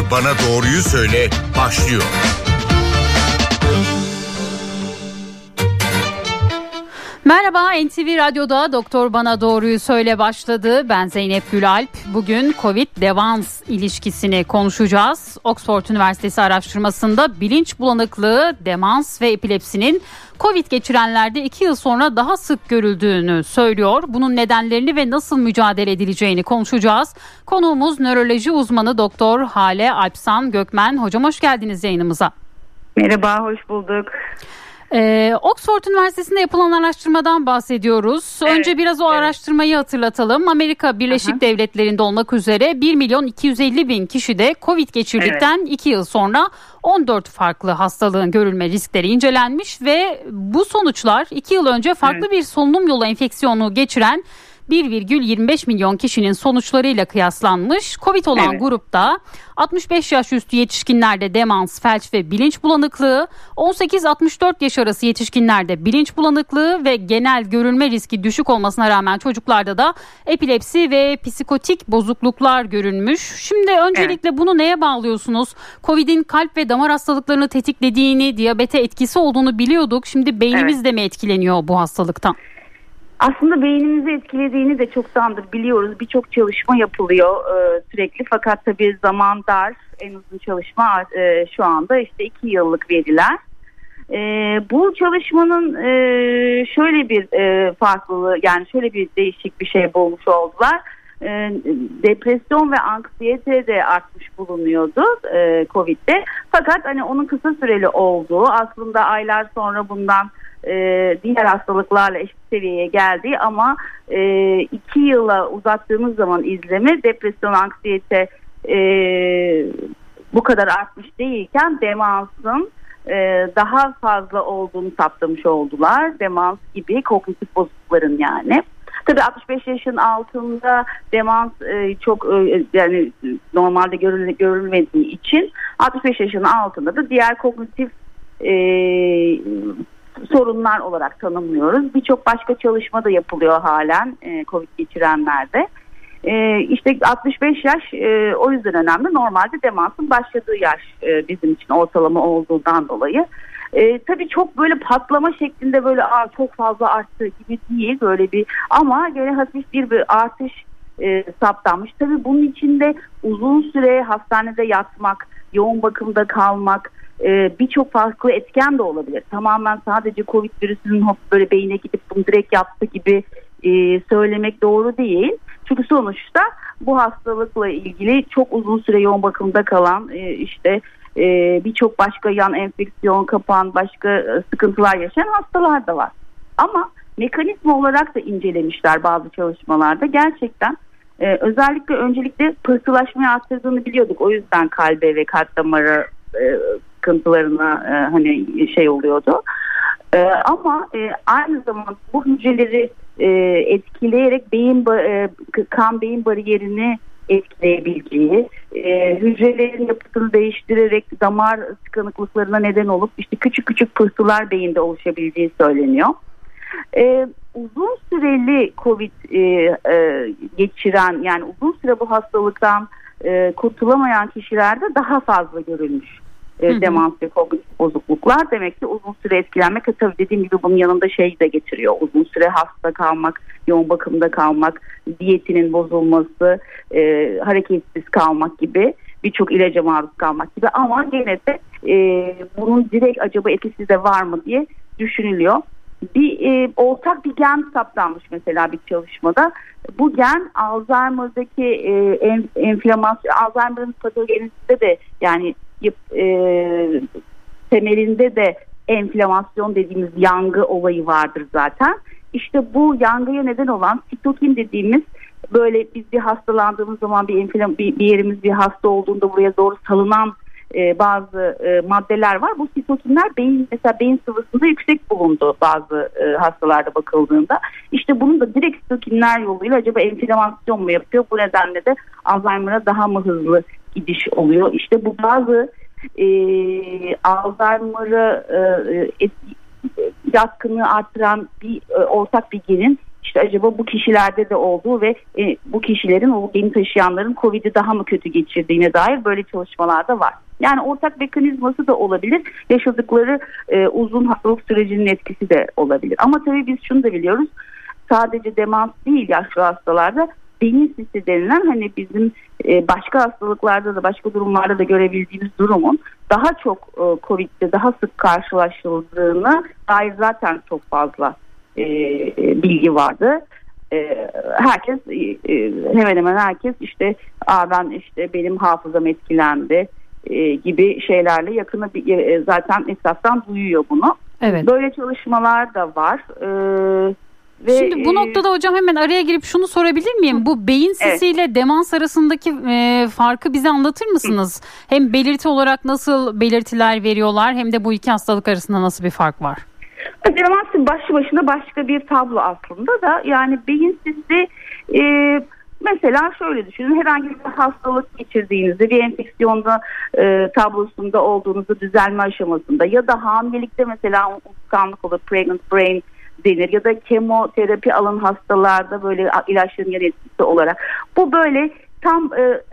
Bana Doğruyu Söyle başlıyor. Merhaba, NTV Radyo'da Doktor Bana Doğruyu Söyle başladı. Ben Zeynep Gülalp. Bugün Covid-Devans ilişkisini konuşacağız. Oxford Üniversitesi araştırmasında bilinç bulanıklığı, demans ve epilepsinin Covid geçirenlerde 2 yıl sonra daha sık görüldüğünü söylüyor. Bunun nedenlerini ve nasıl mücadele edileceğini konuşacağız. Konuğumuz nöroloji uzmanı Doktor Hale Alpsan Gökmen. Hocam hoş geldiniz yayınımıza. Merhaba, hoş bulduk. Oxford Üniversitesi'nde yapılan araştırmadan bahsediyoruz. Evet, önce biraz o araştırmayı hatırlatalım. Amerika Birleşik Devletleri'nde olmak üzere 1.250.000 kişide Covid geçirdikten 2 yıl sonra 14 farklı hastalığın görülme riskleri incelenmiş ve bu sonuçlar 2 yıl önce farklı bir solunum yolu enfeksiyonu geçiren 1,25 milyon kişinin sonuçlarıyla kıyaslanmış. Covid olan grupta 65 yaş üstü yetişkinlerde demans, felç ve bilinç bulanıklığı, 18-64 yaş arası yetişkinlerde bilinç bulanıklığı ve genel görülme riski düşük olmasına rağmen çocuklarda da epilepsi ve psikotik bozukluklar görülmüş. Şimdi öncelikle bunu neye bağlıyorsunuz? Covid'in kalp ve damar hastalıklarını tetiklediğini, diyabete etkisi olduğunu biliyorduk. Şimdi beynimiz de mi etkileniyor bu hastalıktan? Aslında beynimizi etkilediğini de çoktandır biliyoruz. Birçok çalışma yapılıyor sürekli. Fakat tabii zaman dar. En uzun çalışma şu anda işte 2 yıllık veriler. Bu çalışmanın şöyle bir farklılığı, yani şöyle bir değişik bir şey bulmuş oldular. Depresyon ve anksiyete de artmış bulunuyordu Covid'de. Fakat hani onun kısa süreli olduğu, aslında aylar sonra bundan diğer hastalıklarla eşit seviyeye geldi ama 2 yıla uzattığımız zaman izleme, depresyon, anksiyete bu kadar artmış değilken demansın daha fazla olduğunu saptamış oldular. Demans gibi kognitif bozuklukların yani. Tabii 65 yaşın altında demans çok yani normalde görülmediği için 65 yaşın altında da diğer kognitif sorunlar olarak tanımlıyoruz. Birçok başka çalışma da yapılıyor halen Covid geçirenlerde. İşte 65 yaş o yüzden önemli. Normalde demansın başladığı yaş bizim için ortalama olduğundan dolayı. Tabii çok böyle patlama şeklinde böyle çok fazla arttı gibi değil böyle bir, ama gene hafif bir artış saptanmış. Tabii bunun içinde uzun süre hastanede yatmak, yoğun bakımda kalmak, birçok farklı etken de olabilir. Tamamen sadece Covid virüsünün böyle beyine gidip bunu direkt yaptı gibi söylemek doğru değil. Çünkü sonuçta bu hastalıkla ilgili çok uzun süre yoğun bakımda kalan birçok başka yan enfeksiyon kapan, başka sıkıntılar yaşayan hastalar da var. Ama mekanizma olarak da incelemişler bazı çalışmalarda. Gerçekten özellikle öncelikle pıhtılaşmayı arttırdığını biliyorduk. O yüzden kalbe ve kalp damarı sıkıntılarına hani şey oluyordu. Ama aynı zamanda bu hücreleri etkileyerek kan beyin bariyerini etkileyebildiği, hücrelerin yapısını değiştirerek damar tıkanıklıklarına neden olup işte küçük küçük pıhtılar beyinde oluşabildiği söyleniyor. Uzun süreli Covid geçiren, yani uzun süre bu hastalıktan kurtulamayan kişilerde daha fazla görülmüş demans ve kognitif bozukluklar. Demek ki uzun süre etkilenmek, tabii dediğim gibi bunun yanında şey de getiriyor. Uzun süre hasta kalmak, yoğun bakımda kalmak, diyetinin bozulması, hareketsiz kalmak gibi, birçok ilaca maruz kalmak gibi, ama gene de bunun direkt acaba etkisi de var mı diye düşünülüyor. Ortak bir gen saptanmış mesela bir çalışmada. Bu gen Alzheimer'daki enflamasyon, Alzheimer'ın patogenisinde de, yani temelinde de enflamasyon dediğimiz yangı olayı vardır zaten. İşte bu yangıya neden olan sitokin dediğimiz, böyle biz bir hastalandığımız zaman bir yerimiz bir hasta olduğunda buraya doğru salınan bazı maddeler var. Bu sitokinler mesela beyin sıvısında yüksek bulundu bazı hastalarda bakıldığında. İşte bunun da direkt sitokinler yoluyla acaba enflamasyon mu yapıyor? Bu nedenle de Alzheimer'a daha mı hızlı gidiş oluyor? İşte bu bazı Alzheimer'ı yatkınlığı arttıran ortak bir genin işte acaba bu kişilerde de olduğu ve bu kişilerin, o geni taşıyanların COVID'i daha mı kötü geçirdiğine dair böyle çalışmalar da var. Yani ortak mekanizması da olabilir. Yaşadıkları uzun hastalık sürecinin etkisi de olabilir. Ama tabii biz şunu da biliyoruz. Sadece demans değil yaşlı hastalarda, beyin sisi denilen hani bizim başka hastalıklarda da başka durumlarda da görebildiğimiz durumun daha çok COVID'de daha sık karşılaşıldığına dair zaten çok fazla bilgi vardı. Herkes hemen hemen herkes işte ben işte benim hafızam etkilendi gibi şeylerle yakını zaten etraftan duyuyor bunu. Evet. Böyle çalışmalar da var. Şimdi bu noktada hocam hemen araya girip şunu sorabilir miyim? Bu beyin sisiyle demans arasındaki farkı bize anlatır mısınız? Hem belirti olarak nasıl belirtiler veriyorlar hem de bu iki hastalık arasında nasıl bir fark var? Demans başlı başına başka bir tablo aslında da, yani beyin sisi mesela şöyle düşünün, herhangi bir hastalık geçirdiğinizde, bir enfeksiyonda tablosunda olduğunuzda, düzelme aşamasında ya da hamilelikte mesela unutkanlık olur, pregnant brain denir ya da kemoterapi alan hastalarda böyle ilaçların yan etkisi olarak. Bu böyle tam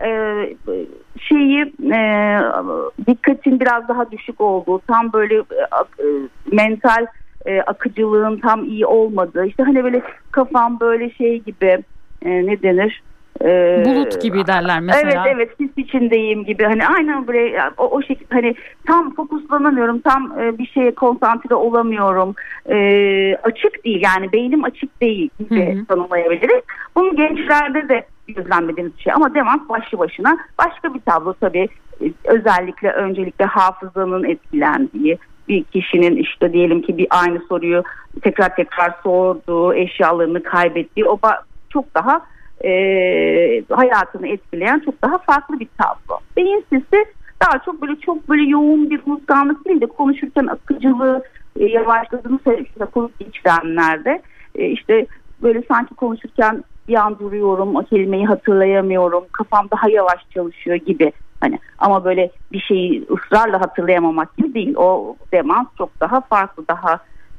dikkatin biraz daha düşük olduğu, tam böyle mental akıcılığın tam iyi olmadığı, işte hani böyle kafam böyle şey gibi ne denir? Bulut gibi derler mesela. Evet sis içindeyim gibi, hani aynen böyle o şekilde, hani tam fokuslanamıyorum, tam bir şeye konsantre olamıyorum, açık değil, yani beynim açık değil gibi tanımlayabiliriz. Bunu gençlerde de gözlemlediğimiz bir şey, ama demans başlı başına başka bir tablo tabii. Özellikle öncelikle hafızanın etkilendiği, bir kişinin işte diyelim ki bir aynı soruyu tekrar sorduğu, eşyalarını kaybettiği, o çok daha hayatını etkileyen çok daha farklı bir tablo. Beyin sisi daha çok böyle yoğun bir unutkanlık değil de konuşurken akıcılığı yavaşladığını söylüyor. Konuk geçirenlerde işte böyle sanki konuşurken bir an duruyorum, o kelimeyi hatırlayamıyorum, kafam daha yavaş çalışıyor gibi. Hani ama böyle bir şeyi ısrarla hatırlayamamak gibi değil. O demans çok daha farklı, daha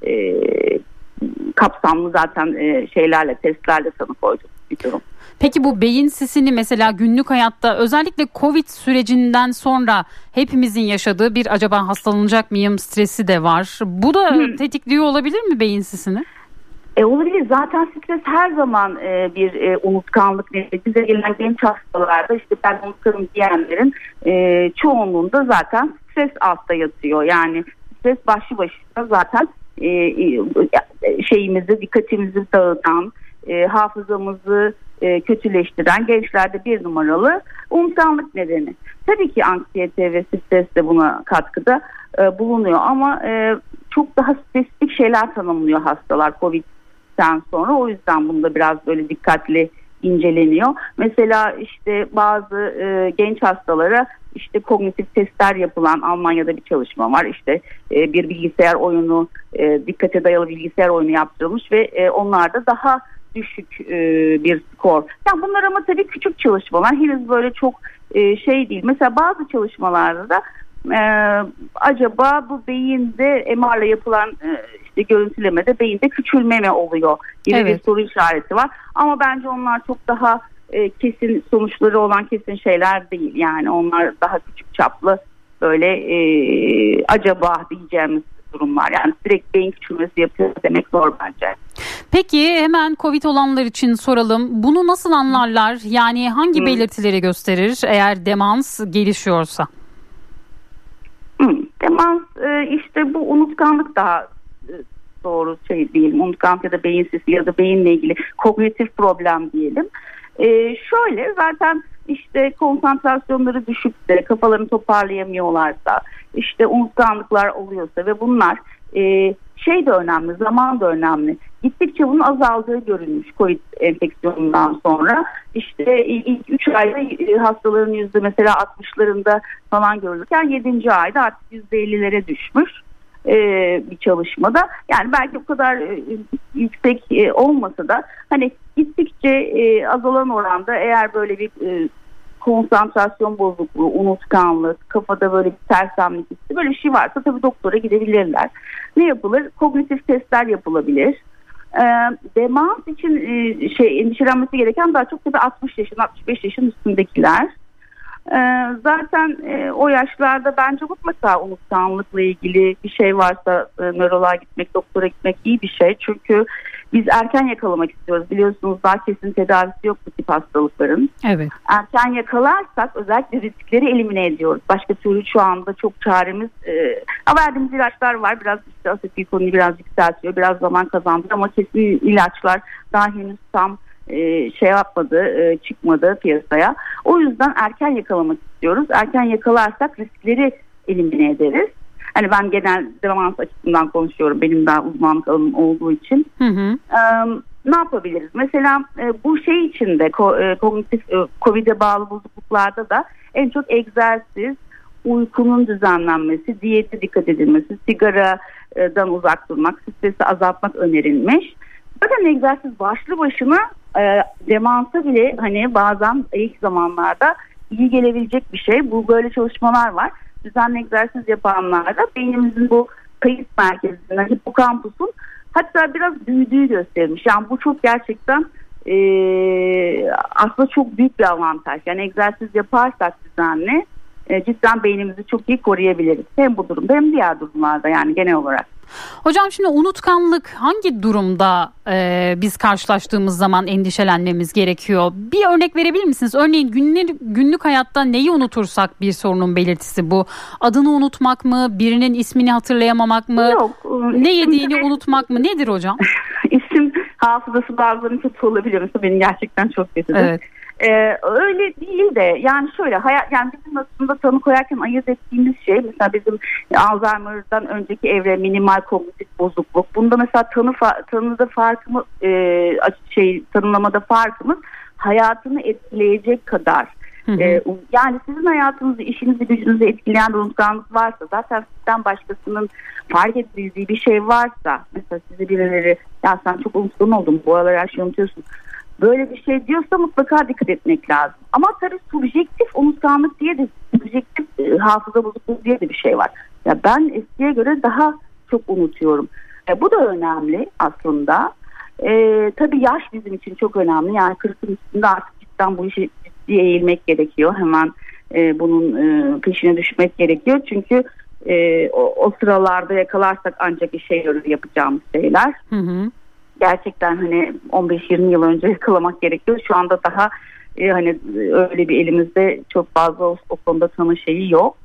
kapsamlı zaten şeylerle, testlerle tanı koyduk bir durum. Peki bu beyin sisini mesela günlük hayatta, özellikle Covid sürecinden sonra hepimizin yaşadığı bir acaba hastalanacak mıyım stresi de var. Bu da tetikliyor olabilir mi beyin sisini? Olabilir. Zaten stres her zaman bir unutkanlık nedeni. Bize gelen genç hastalarda işte ben unutkanım diyenlerin çoğunluğunda zaten stres altta yatıyor. Yani stres başlı başına zaten dikkatimizi dağıtan, hafızamızı kötüleştiren, gençlerde bir numaralı unutkanlık nedeni. Tabii ki anksiyete ve stres de buna katkıda bulunuyor, ama çok daha spesifik şeyler tanımlıyor hastalar Covid'den sonra. O yüzden bunda biraz böyle dikkatli inceleniyor. Mesela işte bazı genç hastalara işte kognitif testler yapılan Almanya'da bir çalışma var. İşte bir bilgisayar oyunu, dikkate dayalı bilgisayar oyunu yaptırılmış ve onlarda daha düşük bir skor. Yani bunlar ama tabii küçük çalışmalar. Henüz böyle çok şey değil. Mesela bazı çalışmalarda da acaba bu beyinde MR'la yapılan işte görüntülemede beyinde küçülme mi oluyor gibi bir soru işareti var. Ama bence onlar çok daha kesin sonuçları olan kesin şeyler değil. Yani onlar daha küçük çaplı böyle acaba diyeceğimiz durumlar. Yani direkt beyin küçülmesi yapıyor demek zor bence. Peki hemen Covid olanlar için soralım. Bunu nasıl anlarlar? Yani hangi belirtileri gösterir eğer demans gelişiyorsa? Demans işte bu unutkanlık daha doğru şey diyelim. Unutkanlık ya da beyin sisi ya da beyinle ilgili kognitif problem diyelim. Şöyle zaten işte konsantrasyonları düşükse, kafalarını toparlayamıyorlarsa, işte unutkanlıklar oluyorsa ve bunlar şey de önemli, zaman da önemli. Gittikçe bunun azaldığı görülmüş Covid enfeksiyonundan sonra. İşte ilk 3 ayda hastaların mesela 60'larında falan görülürken 7. ayda artık %50'lere düşmüş bir çalışmada. Yani belki o kadar yüksek olmasa da hani gittikçe azalan oranda, eğer böyle bir konsantrasyon bozukluğu, unutkanlık, kafada böyle bir sersemlik hissi, böyle bir şey varsa tabii doktora gidebilirler. Ne yapılır? Kognitif testler yapılabilir. Demans için endişelenmesi gereken daha çok tabii 60 yaşın 65 yaşın üstündekiler. Zaten o yaşlarda bence mutlaka unutkanlıkla ilgili bir şey varsa nöroloğa gitmek, doktora gitmek iyi bir şey. Çünkü biz erken yakalamak istiyoruz. Biliyorsunuz daha kesin tedavisi yok bu tip hastalıkların. Evet. Erken yakalarsak özellikle riskleri elimine ediyoruz. Başka türlü şu anda çok çaremiz. Verdiğimiz ilaçlar var. Biraz işte asetilkolini biraz yükseltiyor. Biraz zaman kazandı ama kesin ilaçlar daha henüz tam çıkmadı piyasaya. O yüzden erken yakalamak istiyoruz. Erken yakalarsak riskleri elimine ederiz. Hani ben genel demans açısından konuşuyorum. Benim daha uzmanlık alanım olduğu için. Ne yapabiliriz? Mesela bu şey içinde kognitif COVID'e bağlı bozukluklarda da en çok egzersiz, uykunun düzenlenmesi, diyete dikkat edilmesi, sigaradan uzak durmak, stresi azaltmak önerilmiş. Zaten egzersiz başlı başına demansa bile hani bazen ilk zamanlarda iyi gelebilecek bir şey. Bu böyle çalışmalar var. Düzenli egzersiz yapanlarda beynimizin bu kayıt merkezinden hipokampusun hatta biraz büyüdüğü göstermiş. Yani bu çok gerçekten aslında çok büyük bir avantaj. Yani egzersiz yaparsak düzenli cidden beynimizi çok iyi koruyabiliriz. Hem bu durumda hem diğer durumlarda yani genel olarak. Hocam şimdi unutkanlık hangi durumda biz karşılaştığımız zaman endişelenmemiz gerekiyor? Bir örnek verebilir misiniz? Örneğin günlük hayatta neyi unutursak bir sorunun belirtisi bu. Adını unutmak mı? Birinin ismini hatırlayamamak mı? Yok. Ne yediğini unutmak mı? Nedir hocam? İsim hafızası bazılarının kötü olabilir. Mesela benim gerçekten çok kötüdür. Evet. Öyle değil de yani şöyle yani bizim aslında tanı koyarken ayırt ettiğimiz şey mesela bizim Alzheimer'dan önceki evre minimal kognitif bozukluk. Bunda mesela tanıda farkımız tanımlamada farkımız hayatını etkileyecek kadar. Yani sizin hayatınızı, işinizi, gücünüzü etkileyen bir unutkanlık varsa zaten sizden başkasının fark ettiği bir şey varsa mesela size birileri ya sen çok unutkan oldun bu aralar her şeyi unutuyorsun. Böyle bir şey diyorsa mutlaka dikkat etmek lazım. Ama tabii subjektif unutkanlık diye de subjektif hafıza bozukluğu diye de bir şey var. Ya ben eskiye göre daha çok unutuyorum. Bu da önemli aslında. Tabii yaş bizim için çok önemli. Yani 40'ın üstünde artık cidden bu işi ciddiye eğilmek gerekiyor. Hemen bunun peşine düşmek gerekiyor. Çünkü o sıralarda yakalarsak ancak işe yarıyor yapacağımız şeyler. Gerçekten hani 15-20 yıl önce yakalamak gerekiyor. Şu anda daha hani öyle bir elimizde çok fazla o konuda tanı şeyi yok.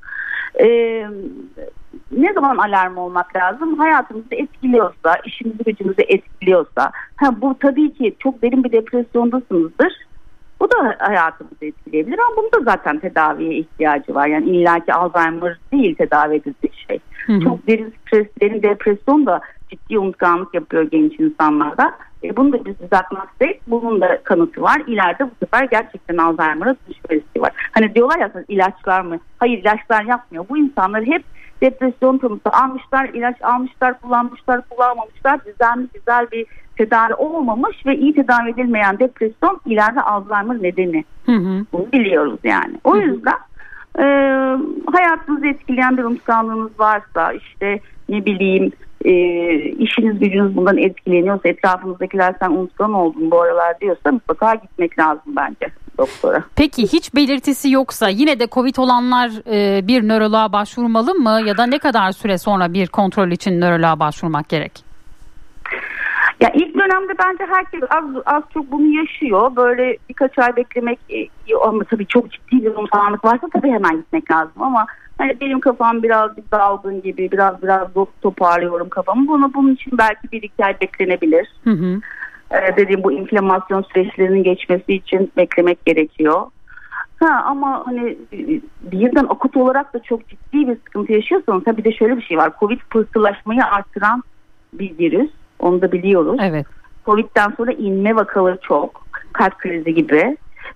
Ne zaman alarm olmak lazım? Hayatımızı etkiliyorsa, işimizi gücümüzü etkiliyorsa. Bu tabii ki çok derin bir depresyondasınızdır. Bu da hayatımızı etkileyebilir ama bunun da zaten tedaviye ihtiyacı var. Yani illaki Alzheimer değil tedavi edilecek şey. Çok derin stres, derin depresyon da ciddi unutkanlık yapıyor genç insanlarda. Bunu da biz düzeltmezsek bunun da kanıtı var. İleride bu sefer gerçekten Alzheimer'a düşme riski var. Hani diyorlar ya ilaçlar mı? Hayır ilaçlar yapmıyor. Bu insanlar hep depresyon tanısı almışlar, ilaç almışlar, kullanmışlar, kullanmamışlar. Düzenli güzel bir tedavi olmamış ve iyi tedavi edilmeyen depresyon ileride Alzheimer nedeni. Bunu biliyoruz yani. O yüzden hayatınızı etkileyen bir unutkanlığınız varsa işte ne bileyim işiniz gücünüz bundan etkileniyorsa etrafınızdakiler sen unutkan oldun bu aralar diyorsa mutlaka gitmek lazım bence doktora. Peki hiç belirtisi yoksa yine de COVID olanlar bir nöroloğa başvurmalı mı ya da ne kadar süre sonra bir kontrol için nöroloğa başvurmak gerek? Ya ilk dönemde bence herkes az çok bunu yaşıyor. Böyle birkaç ay beklemek ama tabii çok ciddi bir unutkanlık varsa tabii hemen gitmek lazım ama hani benim kafam birazcık dalgın gibi biraz toparlıyorum kafamı. Bunun için belki 1-2 ay beklenebilir. Dediğim bu inflamasyon süreçlerinin geçmesi için beklemek gerekiyor. Ama hani birden akut olarak da çok ciddi bir sıkıntı yaşıyorsanız tabii de şöyle bir şey var. Covid pıhtılaşmayı artıran bir virüs. Onu da biliyoruz. Evet. Covid'den sonra inme vakaları çok. Kalp krizi gibi.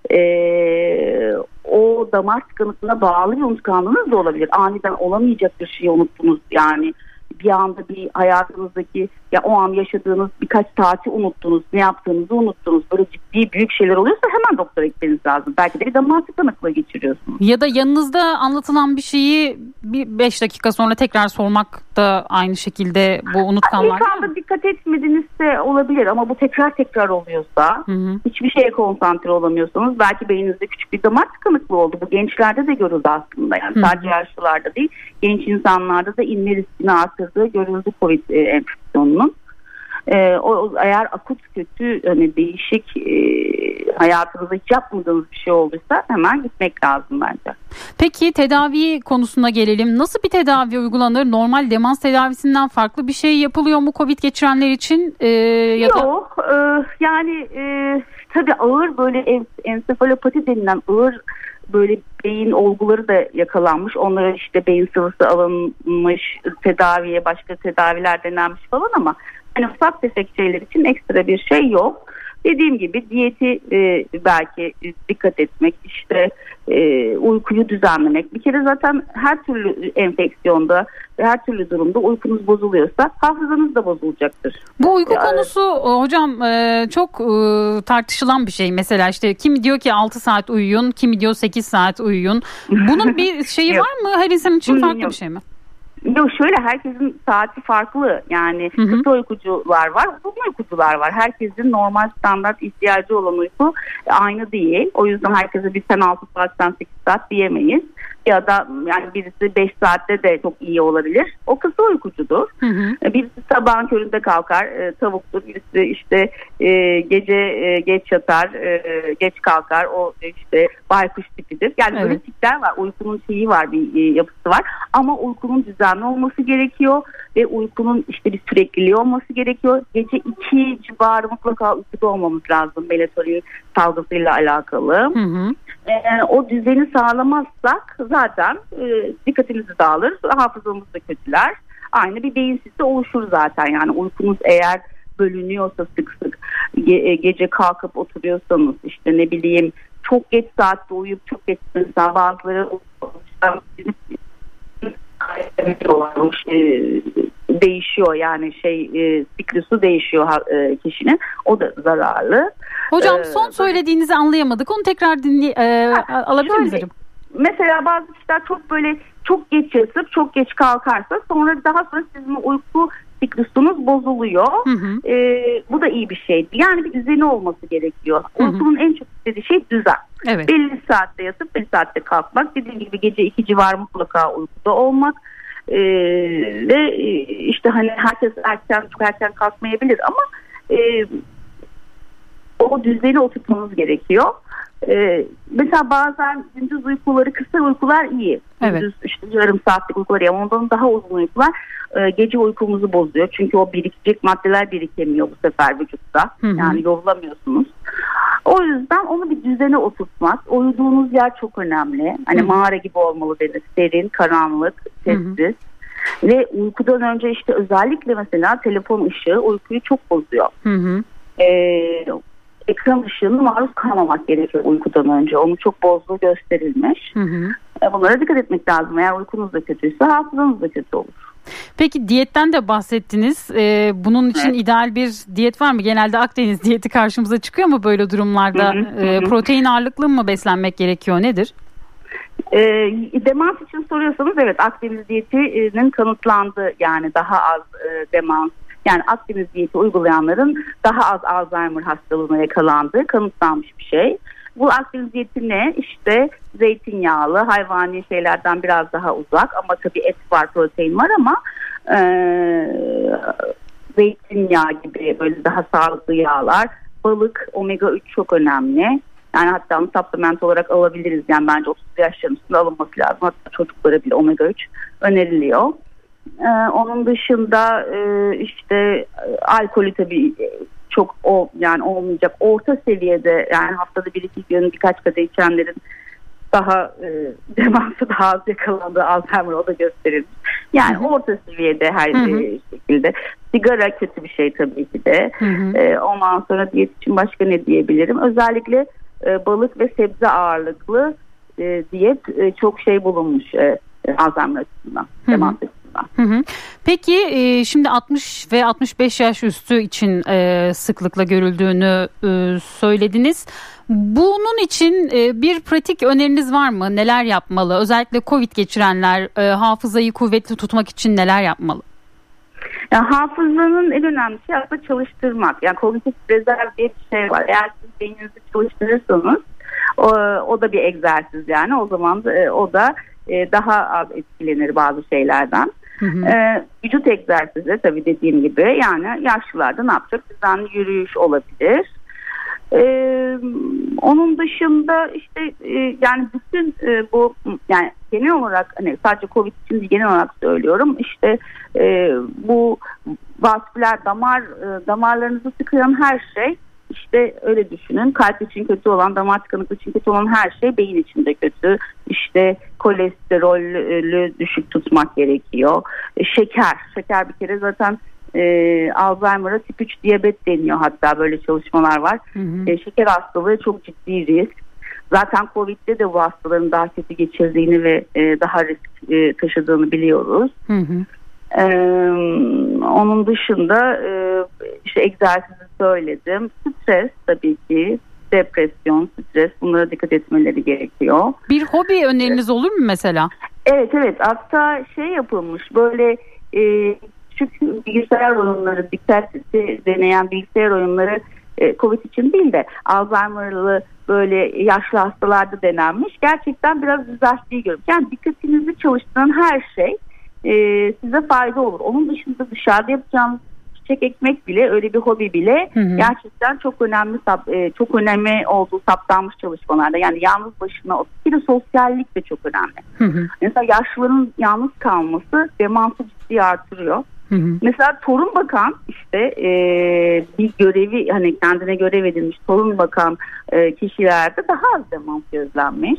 O damar tıkanıklığına bağlı bir unutkanlığınız da olabilir. Aniden olamayacak bir şeyi unuttunuz. Yani bir anda bir hayatınızdaki ya o an yaşadığınız birkaç saati unuttunuz. Ne yaptığınızı unuttunuz. Böyle ciddi büyük şeyler oluyorsa hemen doktora gitmeniz lazım. Belki de bir damar tıkanıklığı geçiriyorsunuz. Ya da yanınızda anlatılan bir şeyi 5 dakika sonra tekrar sormak da aynı şekilde bu unutkanlar. İlk anda dikkat etmedinizse olabilir ama bu tekrar oluyorsa, hiçbir şeye konsantre olamıyorsanız, belki beyninizde küçük bir damar tıkanıklığı oldu. Bu gençlerde de görüldü aslında. Yani sadece yaşlılarda değil, genç insanlarda da inme riskini artırdığı görüldü COVID enfeksiyonunun. O eğer akut kötü, hani değişik, hayatınızda hiç yapmadığınız bir şey olduysa hemen gitmek lazım bence. Peki tedavi konusuna gelelim. Nasıl bir tedavi uygulanır? Normal demans tedavisinden farklı bir şey yapılıyor mu COVID geçirenler için? Yok. Yani tabii ağır böyle ensefalopati denilen ağır böyle beyin olguları da yakalanmış. Onlara işte beyin sıvısı alınmış, tedaviye başka tedaviler denenmiş falan ama hani ufak tefek şeyler için ekstra bir şey yok. Dediğim gibi diyeti belki dikkat etmek, işte uykuyu düzenlemek. Bir kere zaten her türlü enfeksiyonda ve her türlü durumda uykunuz bozuluyorsa hafızanız da bozulacaktır. Bu uyku konusu hocam çok tartışılan bir şey. Mesela işte kimi diyor ki 6 saat uyuyun, kimi diyor 8 saat uyuyun. Bunun bir şeyi var mı? Her insan için farklı bir şey mi? Yok, şöyle, herkesin saati farklı. Yani kısa uykucular var, uzun uykucular var. Herkesin normal standart ihtiyacı olan uyku aynı değil. O yüzden herkese bir sen 6 saat sen 8 saat diyemeyiz. Ya da yani birisi 5 saatte de çok iyi olabilir. O kısa uykucudur. Birisi sabahın köründe kalkar, tavuktur. Birisi işte gece geç yatar, geç kalkar. O işte baykuş tipidir. Yani böyle tipler var. Uykunun şeyi var, bir yapısı var. Ama uykunun düzenli olması gerekiyor ve uykunun işte bir sürekliliği olması gerekiyor. Gece 2 civarı mutlaka uykuda olmamız lazım, melatonin salgısıyla alakalı. O düzeni sağlamazsak zaten dikkatimizi dağılır, hafızamız da kötüler. Aynı bir beyin sisi oluşur zaten. Yani uykunuz eğer bölünüyorsa sık sık, gece kalkıp oturuyorsanız, işte ne bileyim çok geç saatte uyuyup çok geç, mesela bazıları değişiyor, yani siklusu değişiyor kişinin, o da zararlı. Hocam son söylediğinizi anlayamadık, onu tekrar alabilir miyiz hocam? Mesela bazı kişiler çok geç yatıp çok geç kalkarsa daha sonra sizin uyku siklusunuz bozuluyor. Bu da iyi bir şey. Yani bir düzeni olması gerekiyor. Uykunun en çok istediği şey düzen. Evet. Belli saatte yatıp belli saatte kalkmak. Dediğim gibi gece 2 civarı mutlaka uykuda olmak. Ve işte hani herkes çok erken kalkmayabilir ama o düzeni oturtmanız gerekiyor. Mesela bazen gündüz uykuları, kısa uykular iyi. Evet. Gündüz işte yarım saatlik uykular iyi ama ondan daha uzun uykular gece uykumuzu bozuyor. Çünkü o birikecek maddeler birikemiyor bu sefer vücutta. Yani yorulamıyorsunuz. O yüzden onu bir düzene oturtmak. Uyuduğunuz yer çok önemli. Hani mağara gibi olmalı denir. Serin, karanlık, sessiz. Ve uykudan önce işte özellikle mesela telefon ışığı uykuyu çok bozuyor. Ekran ışığına maruz kalmamak gerekiyor uykudan önce. Onu çok bozduğu gösterilmiş. Bunlara dikkat etmek lazım. Eğer uykunuz da kötüyse hafızanız da kötü olur. Peki diyetten de bahsettiniz. Bunun için ideal bir diyet var mı? Genelde Akdeniz diyeti karşımıza çıkıyor mu böyle durumlarda? Protein ağırlıklı mı beslenmek gerekiyor? Nedir? Demans için soruyorsanız evet, Akdeniz diyetinin kanıtlandığı, yani daha az demans, yani Akdeniz diyeti uygulayanların daha az Alzheimer hastalığına yakalandığı kanıtlanmış bir şey. Bu Akdeniz diyeti ne? İşte zeytinyağlı, hayvani şeylerden biraz daha uzak ama tabii et var, protein var ama zeytinyağı gibi böyle daha sağlıklı yağlar, balık, omega 3 çok önemli. Yani hatta onu supplement olarak alabiliriz. Yani bence 30 yaşların üstünde alınması lazım. Hatta çocuklara bile omega 3 öneriliyor. Onun dışında işte alkolü tabii çok yani olmayacak. Orta seviyede, yani haftada 1-2 gün birkaç kadeh içenlerin daha demansı daha az yakalandığı Alzheimer, o da gösterilmiş. Yani orta seviyede her şekilde. Sigara kötü bir şey tabii ki de. Ondan sonra diyet için başka ne diyebilirim? Özellikle balık ve sebze ağırlıklı diyet çok bulunmuş Alzheimer açısından, demans açısından. Peki şimdi 60 ve 65 yaş üstü için sıklıkla görüldüğünü söylediniz. Bunun için bir pratik öneriniz var mı? Neler yapmalı? Özellikle COVID geçirenler hafızayı kuvvetli tutmak için neler yapmalı? Yani hafızanın en önemli şey aslında çalıştırmak. Yani kognitif rezerv diye bir şey var. Eğer siz beyninizi çalıştırırsanız o da bir egzersiz yani. O zaman o da daha az etkilenir bazı şeylerden. Vücut egzersizi tabii dediğim gibi, yani yaşlılarda ne yapacak? Düzenli yürüyüş olabilir. Onun dışında işte yani bütün bu, yani genel olarak, hani sadece Covid için değil, genel olarak söylüyorum, işte bu vasküler damarlarınızı tıkayan her şey, işte öyle düşünün, kalp için kötü olan, damar tıkanıklığı için kötü olan her şey beyin için de kötü. İşte kolesterolü düşük tutmak gerekiyor. Şeker bir kere zaten Alzheimer'a tip 3 diyabet deniyor, hatta böyle çalışmalar var. Şeker hastalığı çok ciddi risk. Zaten Covid'de de bu hastaların daha kötü geçirdiğini ve daha risk taşıdığını biliyoruz. Onun dışında işte egzersizi söyledim. Stres tabii ki, depresyon, stres, bunlara dikkat etmeleri gerekiyor. Bir hobi öneriniz olur mu mesela? Evet, hatta yapılmış böyle çünkü bilgisayar oyunları, dikkatli deneyen bilgisayar oyunları Covid için değil de Alzheimer'lı böyle yaşlı hastalarda denenmiş. Gerçekten biraz düzelttiği görüyorum. Yani dikkatinizi çalıştıran her şey size fayda olur. Onun dışında dışarıda yapacağınız çiçek ekmek bile, öyle bir hobi bile gerçekten çok önemli olduğu saptanmış çalışmalarda. Yani yalnız başına, bir de sosyallik de çok önemli. Mesela yaşlıların yalnız kalması demansı ciddi artırıyor. Mesela torun bakan, işte bir görevi, hani kendine görev edilmiş torun bakan kişilerde daha az demans gözlenmiş.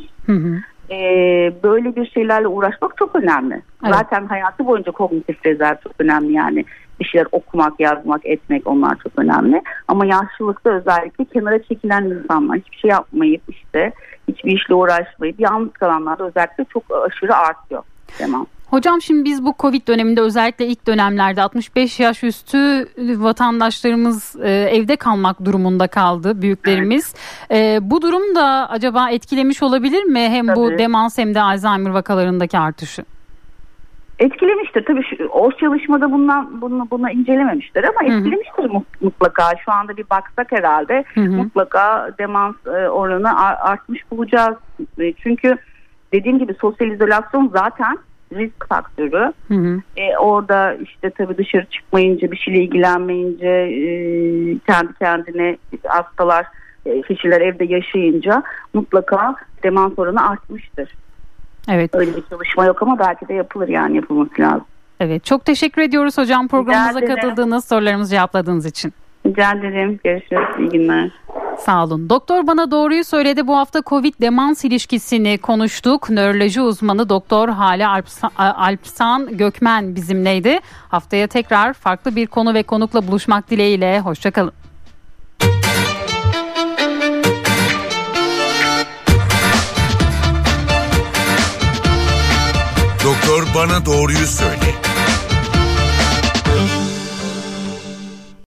Böyle bir şeylerle uğraşmak çok önemli. Evet. Zaten hayatı boyunca kognitif rezerv çok önemli, yani bir şeyler okumak, yazmak, etmek, onlar çok önemli. Ama yaşlılıkta özellikle kenara çekilen insanlar, hiçbir şey yapmayıp, işte hiçbir işle uğraşmayıp yalnız kalanlarda özellikle çok aşırı artıyor demans. Hocam, şimdi biz bu Covid döneminde, özellikle ilk dönemlerde 65 yaş üstü vatandaşlarımız evde kalmak durumunda kaldı, büyüklerimiz. Evet. Bu durum da acaba etkilemiş olabilir mi hem bu demans hem de Alzheimer vakalarındaki artışı? Etkilemiştir. Tabii o çalışmada bunu incelememiştir ama etkilemiştir mutlaka. Şu anda bir baksak herhalde mutlaka demans oranı artmış bulacağız. Çünkü dediğim gibi sosyal izolasyon zaten risk faktörü. Orada işte tabii dışarı çıkmayınca, bir şeyle ilgilenmeyince, kendi kendine hastalar, kişiler evde yaşayınca mutlaka demans oranı artmıştır. Evet. Öyle bir çalışma yok ama belki de yapılır, yani yapılması lazım. Evet, çok teşekkür ediyoruz hocam programımıza katıldığınız, sorularımızı cevapladığınız için. Rica ederim. Görüşürüz. İyi günler. Sağ olun. Doktor bana doğruyu söyledi. Bu hafta Covid-demans ilişkisini konuştuk. Nöroloji uzmanı Doktor Hale Alpsan Gökmen bizimleydi. Haftaya tekrar farklı bir konu ve konukla buluşmak dileğiyle. Hoşçakalın. Doktor bana doğruyu söyle.